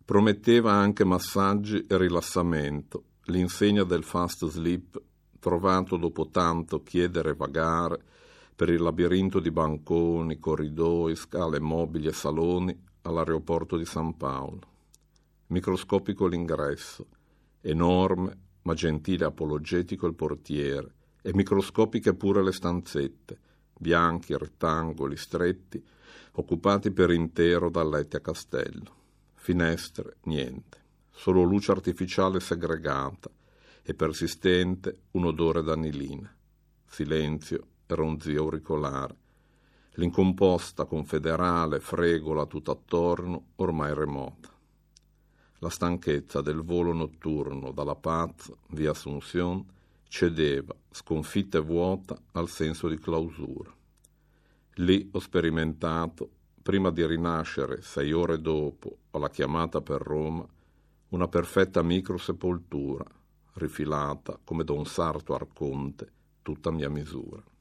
Prometteva anche massaggi e rilassamento, l'insegna del fast sleep, trovato dopo tanto chiedere e vagare per il labirinto di banconi, corridoi, scale mobili e saloni all'aeroporto di San Paolo. Microscopico l'ingresso, enorme ma gentile e apologetico il portiere, e microscopiche pure le stanzette, bianchi, rettangoli, stretti, occupati per intero da letti a castello. Finestre, niente, solo luce artificiale segregata e persistente un odore d'anilina. Silenzio e ronzio auricolare. L'incomposta confederale fregola tutt'attorno, ormai remota. La stanchezza del volo notturno dalla Paz via Asunción cedeva, sconfitta e vuota, al senso di clausura. Lì ho sperimentato, prima di rinascere 6 ore dopo alla chiamata per Roma, una perfetta microsepoltura, rifilata come da un sarto arconte, tutta a mia misura.